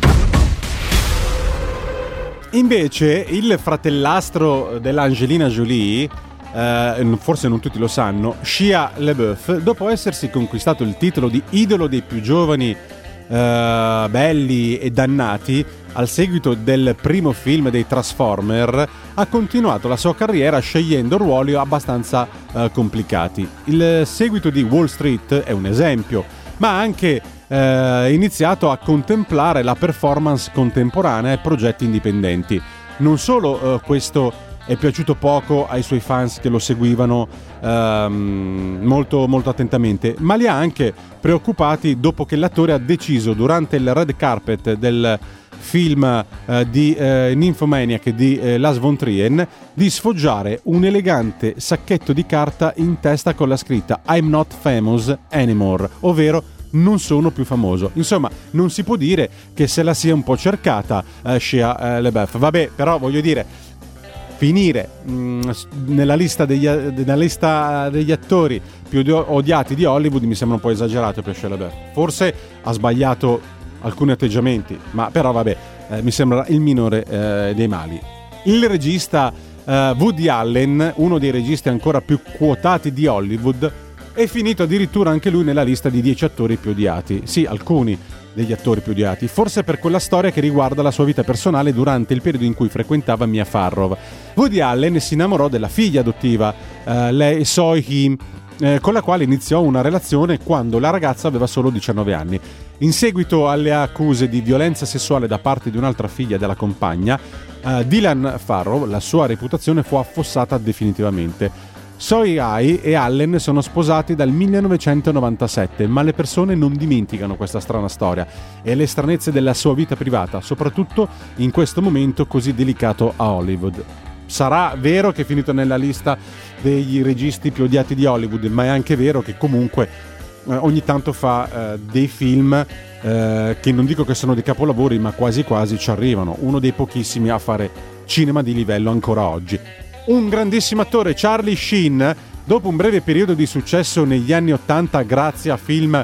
Invece il fratellastro dell'Angelina Jolie, eh, forse non tutti lo sanno, Shia LaBeouf, dopo essersi conquistato il titolo di idolo dei più giovani, eh, belli e dannati, al seguito del primo film dei Transformer, ha continuato la sua carriera scegliendo ruoli abbastanza eh, complicati. Il seguito di Wall Street è un esempio, ma ha anche eh, iniziato a contemplare la performance contemporanea e progetti indipendenti. Non solo eh, questo è piaciuto poco ai suoi fans che lo seguivano ehm, molto, molto attentamente, ma li ha anche preoccupati dopo che l'attore ha deciso durante il red carpet del film eh, di eh, Nymphomaniac di eh, Lars von Trier di sfoggiare un elegante sacchetto di carta in testa con la scritta I'm not famous anymore, ovvero non sono più famoso. Insomma, non si può dire che se la sia un po' cercata eh, Shia eh, LaBeouf. Vabbè, però voglio dire, finire mh, nella lista degli, nella lista degli attori più odiati di Hollywood mi sembra un po' esagerato per Shia LaBeouf. Forse ha sbagliato alcuni atteggiamenti, ma però vabbè, eh, mi sembra il minore eh, dei mali. Il regista eh, Woody Allen, uno dei registi ancora più quotati di Hollywood, è finito addirittura anche lui nella lista di dieci attori più odiati. Sì, alcuni degli attori più odiati, forse per quella storia che riguarda la sua vita personale durante il periodo in cui frequentava Mia Farrow. Woody Allen si innamorò della figlia adottiva, eh, lei Sohee, eh, con la quale iniziò una relazione quando la ragazza aveva solo diciannove anni. In seguito alle accuse di violenza sessuale da parte di un'altra figlia della compagna, eh, Dylan Farrow, la sua reputazione fu affossata definitivamente. Sohee e Allen sono sposati dal millenovecentonovantasette, ma le persone non dimenticano questa strana storia e le stranezze della sua vita privata, soprattutto in questo momento così delicato a Hollywood. Sarà vero che è finito nella lista dei registi più odiati di Hollywood, ma è anche vero che comunque eh, ogni tanto fa eh, dei film eh, che non dico che sono dei capolavori, ma quasi quasi ci arrivano. Uno dei pochissimi a fare cinema di livello ancora oggi. Un grandissimo attore, Charlie Sheen, dopo un breve periodo di successo negli anni ottanta grazie a film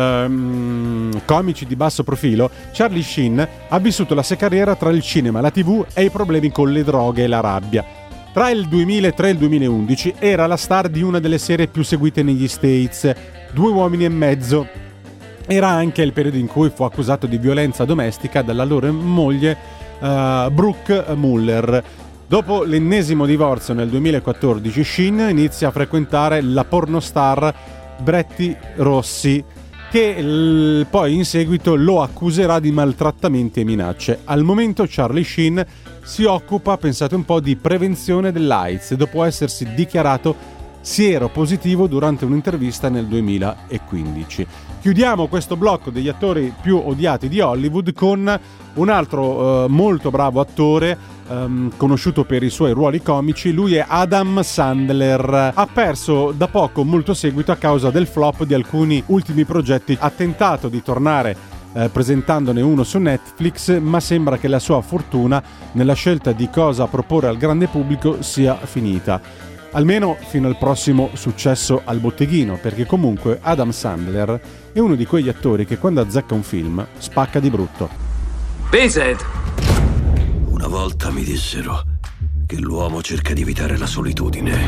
ehm, comici di basso profilo, Charlie Sheen ha vissuto la sua carriera tra il cinema, la tivù e i problemi con le droghe e la rabbia. Tra il duemilatré e il duemilaundici era la star di una delle serie più seguite negli States, Due uomini e mezzo. Era anche il periodo in cui fu accusato di violenza domestica dalla loro moglie uh, Brooke Muller. Dopo l'ennesimo divorzio nel duemilaquattordici, Sheen inizia a frequentare la pornostar Bretty Rossi, che l- poi in seguito lo accuserà di maltrattamenti e minacce. Al momento Charlie Sheen si occupa, pensate un po', di prevenzione dell'AIDS dopo essersi dichiarato sieropositivo durante un'intervista nel duemilaquindici. Chiudiamo questo blocco degli attori più odiati di Hollywood con un altro eh, molto bravo attore, ehm, conosciuto per i suoi ruoli comici. Lui è Adam Sandler. Ha perso da poco molto seguito a causa del flop di alcuni ultimi progetti. Ha tentato di tornare eh, presentandone uno su Netflix, ma sembra che la sua fortuna nella scelta di cosa proporre al grande pubblico sia finita. Almeno fino al prossimo successo al botteghino, perché comunque Adam Sandler è uno di quegli attori che quando azzecca un film spacca di brutto.
Vincent!
Una volta mi dissero che l'uomo cerca di evitare la solitudine.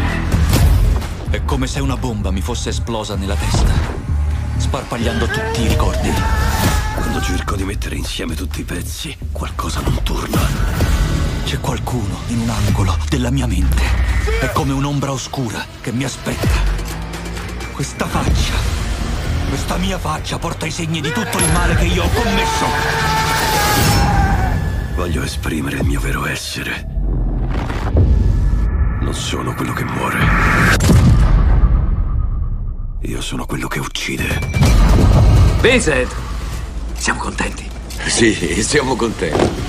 È come se una bomba mi fosse esplosa nella testa, sparpagliando tutti i ricordi.
Quando cerco di mettere insieme tutti i pezzi, qualcosa non torna.
C'è qualcuno in un angolo della mia mente. È come un'ombra oscura che mi aspetta. Questa faccia, questa mia faccia porta i segni di tutto il male che io ho commesso.
Voglio esprimere il mio vero essere. Non sono quello che muore. Io sono quello che uccide.
Vincent! Siamo contenti?
Sì, siamo contenti.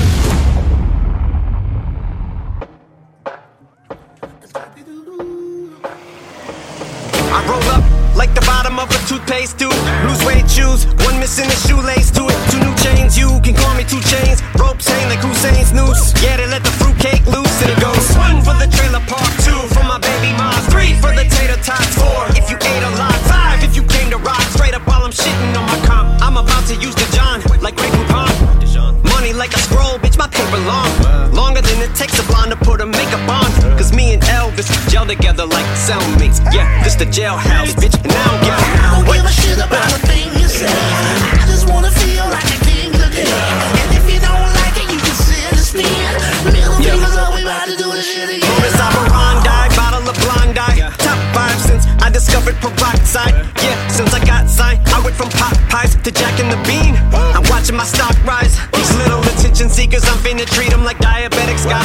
Like the bottom of a toothpaste tube. Loose weight shoes, one missing a shoelace to it. Two new chains, you can call me two chains. Ropes hang like Hussein's noose. Yeah, they let the fruitcake loose and it goes. One for the trailer park, two for my baby mom, three for the tater tots, four if you ate a lot, five if you came to rock. Straight up while I'm shitting on my comp. I'm about to use the John, like Grey Poupon. Money like a scroll, bitch, my paper long. Longer than it takes a blonde to put a makeup on. Cause me and Elvis gel together like cellmates. Yeah, this the jailhouse, bitch, and I don't give a
I don't give a shit about a thing you say. I just wanna feel like a king again. And if you don't like it, you can sit and spin. Middle fingers up, we about to do this shit again.
Modus operandi, bottle of blonde eye. Top five since I discovered peroxide. Yeah, since I got signed, I went from Popeyes to Jack and the Bean. I'm watching my stock rise. These little attention seekers, I'm finna treat them like diabetics. Got them all in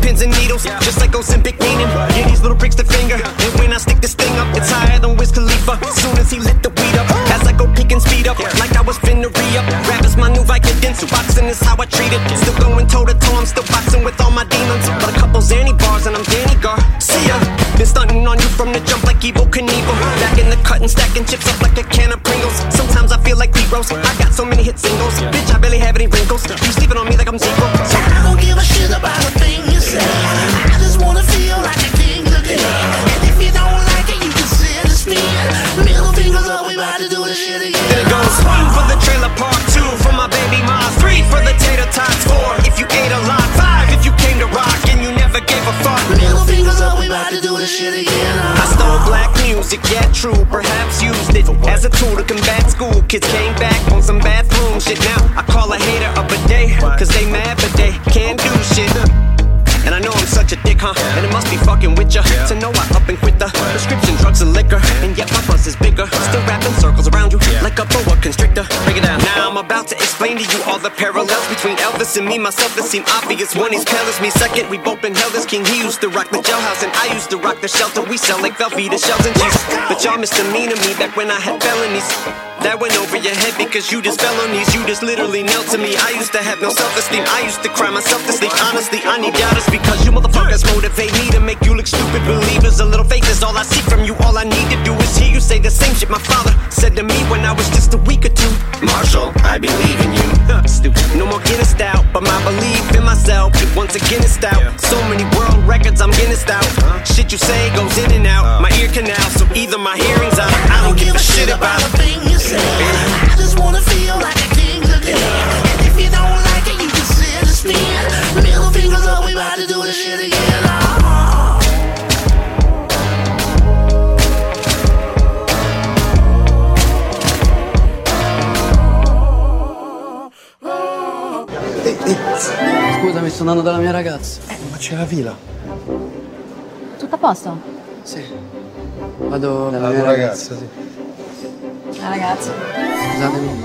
pins and needles, just like Ozempic meaning. Yeah, these little bricks to finger, and when I stick this thing up, it's higher than Wiz Khalifa. Soon as he lit the weed up, as I go peek and speed up, like I was finna re-up. Rap is my new Vicodin, so boxing is how I treat it. Still going toe to toe, I'm still boxing with all my demons. But a couple Zanny bars and I'm Danny Gar. See ya. Been stunting on you from the jump like Evel Knievel. Back in the cut and stacking chips up like a can of Pringles. Sometimes I feel like Leroy. I got so many hit singles, bitch, I barely have any wrinkles. You sleeping on me like I'm zero. So
I don't give a shit about a thing you say. I just wanna feel like a king again. And if you don't like it, you can sit and spin. Middle fingers up, we about to do this shit again.
Then it goes one for the trailer park, two for my baby mom, three for the tater tots, four if you ate a lot, five if you came to rock and you never gave a fuck.
Middle fingers up, we about to do this shit again.
I stole black music, yeah true, perhaps used it as a tool to combat school. Kids came back on some bathroom shit. Now I call a hater up a day, cause they mad but they can't do shit. And I know I'm such a dick, huh? And it must be fucking with ya to know I up and quit the prescription drugs and liquor. And yet my buzz is bigger, still wrapping circles around you like a boa constrictor. Break it down. Now I'm about to explain to you all the parallels between Elvis and me, myself that seem obvious. One, he's pale as me. Second, we both been held as king. He used to rock the jailhouse and I used to rock the shelter. We sell like Velveeta shells and cheese. But y'all misdemeanor me back when I had felonies. That went over your head because you just fell on these. You just literally knelt to me. I used to have no self-esteem. I used to cry myself to sleep. Honestly, I need y'all to speak, because you motherfuckers motivate me to make you look stupid. Believers, a little faith is all I see from you. All I need to do is hear you say the same shit my father said to me when I was just a week or two. Marshall, I believe in you. Stupid. No more Guinness out, but my belief in myself once again is stout. So many world records, I'm Guinness out. Shit you say goes in and out my ear canal, so either my hearing's out. I don't give a shit about a thing you say.
I just wanna feel like a king again. And if you don't like it, you can sit and spin. Middle fingers up, we about to do this shit again. Oh.
Scusami, sto andando dalla mia ragazza.
Eh, ma c'è la fila.
Tutto a posto?
Sì. Vado dalla
La
mia
tua
ragazza.
ragazza, sì.
La ragazza.
Scusatemi.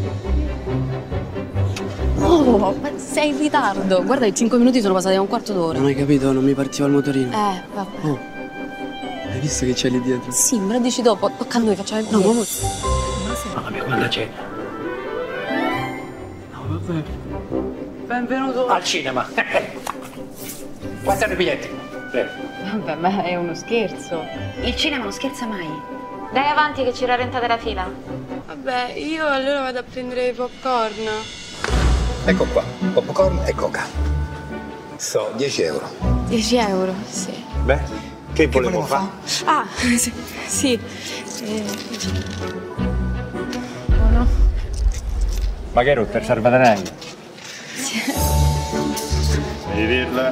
Oh, ma sei in ritardo. Guarda, i cinque minuti sono passati a un quarto d'ora.
Non hai capito, non mi partiva il motorino.
Eh, vabbè.
Oh. Hai visto che c'è lì dietro?
Sì, me lo dici dopo. Tocca a noi, facciamo il
No,
video.
ma vabbè, quando c'è? No, vabbè. Benvenuto
al cinema. Quanti hanno i biglietti? Prego.
Vabbè, ma è uno scherzo.
Il cinema non scherza mai.
Dai avanti che ci rallentate la fila.
Vabbè, io allora vado a prendere i popcorn.
Ecco qua, popcorn e coca. So, dieci euro.
dieci euro, sì.
Beh, che volevo fare?
Ah, sì. sì. Eh, uno.
Ma che rotto, il salvadanaio?
Sì.
Devi dirla.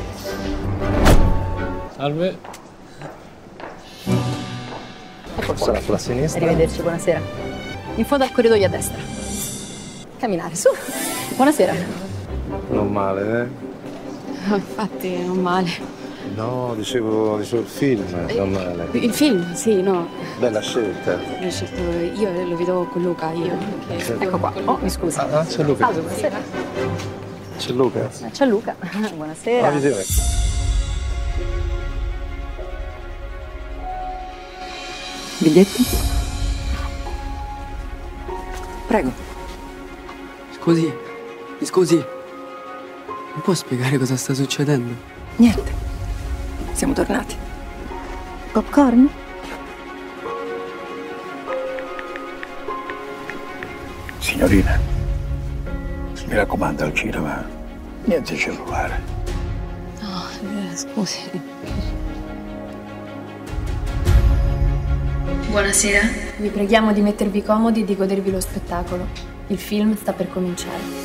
Salve.
Ecco qua.
Sarà sulla sinistra.
Arrivederci, buonasera. In fondo al corridoio a destra. Camminare, su. Buonasera.
Non male, eh?
Oh, infatti, non male.
No, dicevo, dicevo il film, non male.
Il film, sì, no.
Bella scelta.
L'ho scelto io, lo vedo con Luca, io. perché-
Ecco qua. Oh, mi scusi.
Ah, c'è Luca.
Salve, buonasera.
C'è Luca.
C'è Luca. Buonasera.
Ah, visione.
Biglietti? Prego. Scusi, mi scusi. Mi può spiegare cosa sta succedendo?
Niente. Siamo tornati. Popcorn?
Signorina, mi raccomando al cinema, niente cellulare.
No, eh, scusi.
Buonasera. Vi preghiamo di mettervi comodi e di godervi lo spettacolo. Il film sta per cominciare.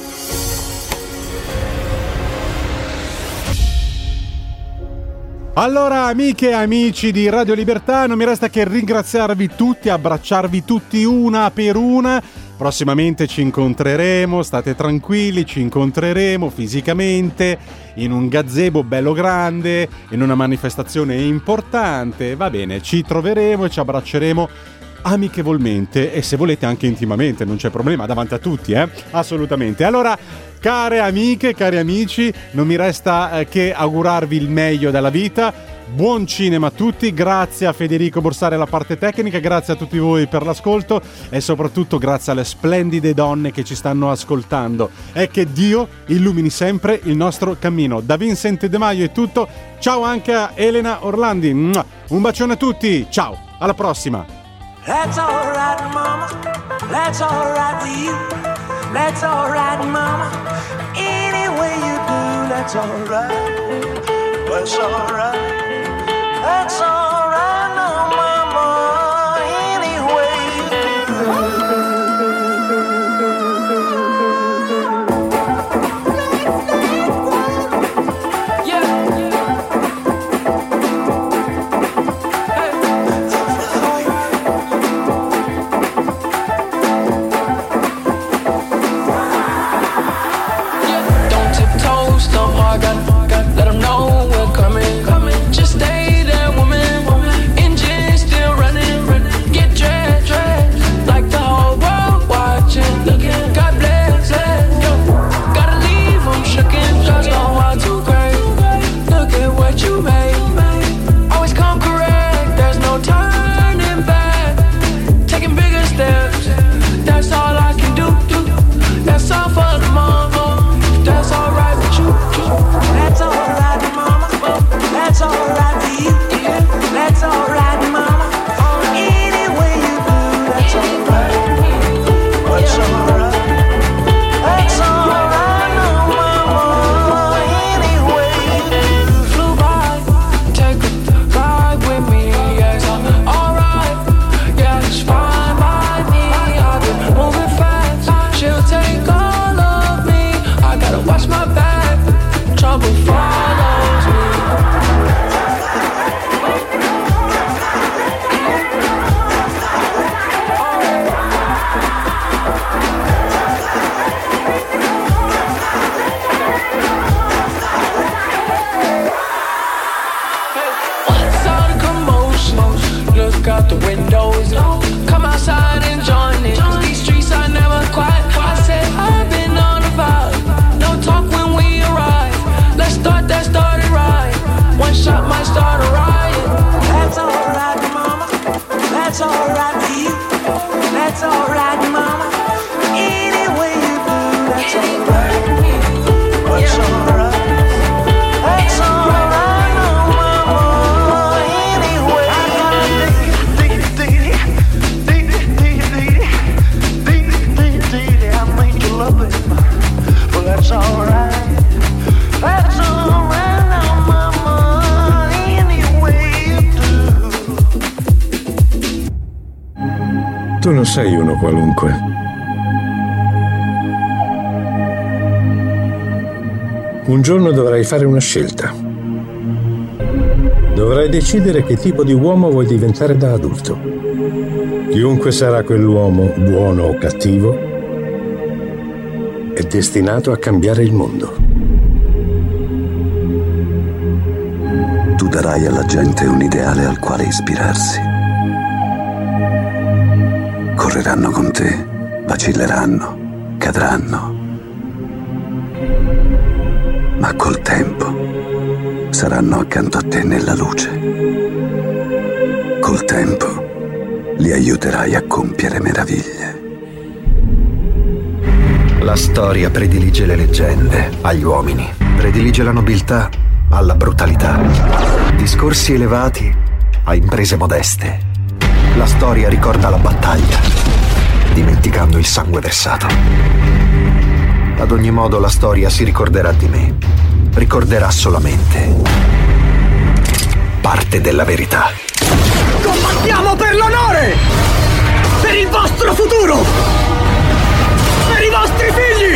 Allora, amiche e amici di Radio Libertà, non mi resta che ringraziarvi tutti, abbracciarvi tutti una per una. Prossimamente ci incontreremo, state tranquilli, ci incontreremo fisicamente in un gazebo bello grande, in una manifestazione importante. Va bene, ci troveremo e ci abbracceremo amichevolmente e se volete anche intimamente, non c'è problema, davanti a tutti, eh? Assolutamente. Allora, care amiche, cari amici, non mi resta eh, che augurarvi il meglio dalla vita. Buon cinema a tutti, grazie a Federico Borsari alla parte tecnica, grazie a tutti voi per l'ascolto e soprattutto grazie alle splendide donne che ci stanno ascoltando e che Dio illumini sempre il nostro cammino. Da Vincent De Maio è tutto, ciao anche a Elena Orlandi, un bacione a tutti, ciao, alla prossima.
That's alright, mama, that's alright with you, that's alright, mama, any way you do, that's alright, that's alright. That's alright now, mama, any way you do. Don't tiptoe, stomp hard, got, got, let them know we're coming, coming. Just stay there, woman. Engine still running, get dread, dread, like the whole world watching. God bless, yo, gotta leave them shookin', just know how to crave. Look at what you made. Always come correct, there's no turning back. Taking bigger steps, that's all I can do. That's all for the mama, that's alright with you. That's alright, mama, that's alright with you. That's alright, mama, any way you do, that's alright. That's alright. That's alright, no, mama, any way you do. Flew by, take a ride with me, yes, I'm alright. Yeah, it's fine by me, I've been moving fast. She'll take all of me, I gotta watch my back. Trouble follows me. What's all the commotion? Look out the windows. Come outside and join it. These streets are never quiet. I said I've been on the vibe. No talk when we arrive. Let's start that started right. One shot might start a riot. That's alright, mama. That's alright with you. That's alright, mama. Any way you do, that's alright. That's alright. That's alright, no, mama. Anyway, I gotta dig it, dig it, dig it, dig it, dig it, dig it, dig it, dig it. I make you love it, well that's alright. That's alright now, mama. Any way you do.
Tu non sei uno qualunque. Un giorno dovrai fare una scelta. Dovrai decidere che tipo di uomo vuoi diventare da adulto. Chiunque sarà quell'uomo, buono o cattivo, è destinato a cambiare il mondo.
Tu darai alla gente un ideale al quale ispirarsi. Correranno con te, vacilleranno, cadranno. Ma col tempo saranno accanto a te nella luce. Col tempo li aiuterai a compiere meraviglie.
La storia predilige le leggende agli uomini, predilige la nobiltà alla brutalità, discorsi elevati a imprese modeste. La storia ricorda la battaglia, dimenticando il sangue versato. Ad ogni modo la storia si ricorderà di me, ricorderà solamente parte della verità.
Combattiamo per l'onore! Per il vostro futuro! Per i vostri figli!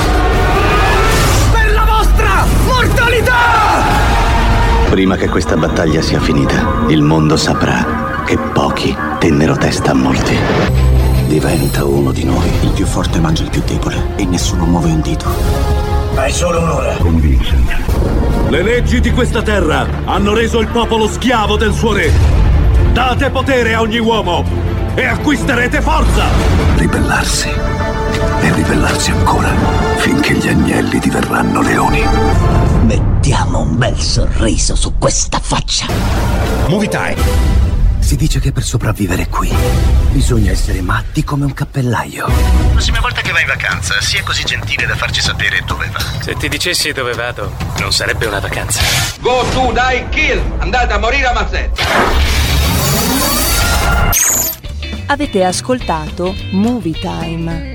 Per la vostra mortalità!
Prima che questa battaglia sia finita, il mondo saprà che pochi tennero testa a molti. Diventa uno di noi.
Il più forte mangia il più debole e nessuno muove un dito.
Hai solo un'ora.
Con Vincent.
Le leggi di questa terra hanno reso il popolo schiavo del suo re. Date potere a ogni uomo. e acquisterete forza!
Ribellarsi e ribellarsi ancora finché gli agnelli diverranno leoni.
Mettiamo un bel sorriso su questa faccia.
Movie Time. Si dice che per sopravvivere qui bisogna essere matti come un cappellaio.
La prossima volta che vai in vacanza, sia così gentile da farci sapere dove va.
Se ti dicessi dove vado, non sarebbe una vacanza.
Go to die kill! Andate a morire a mazzette!
Avete ascoltato Movie Time.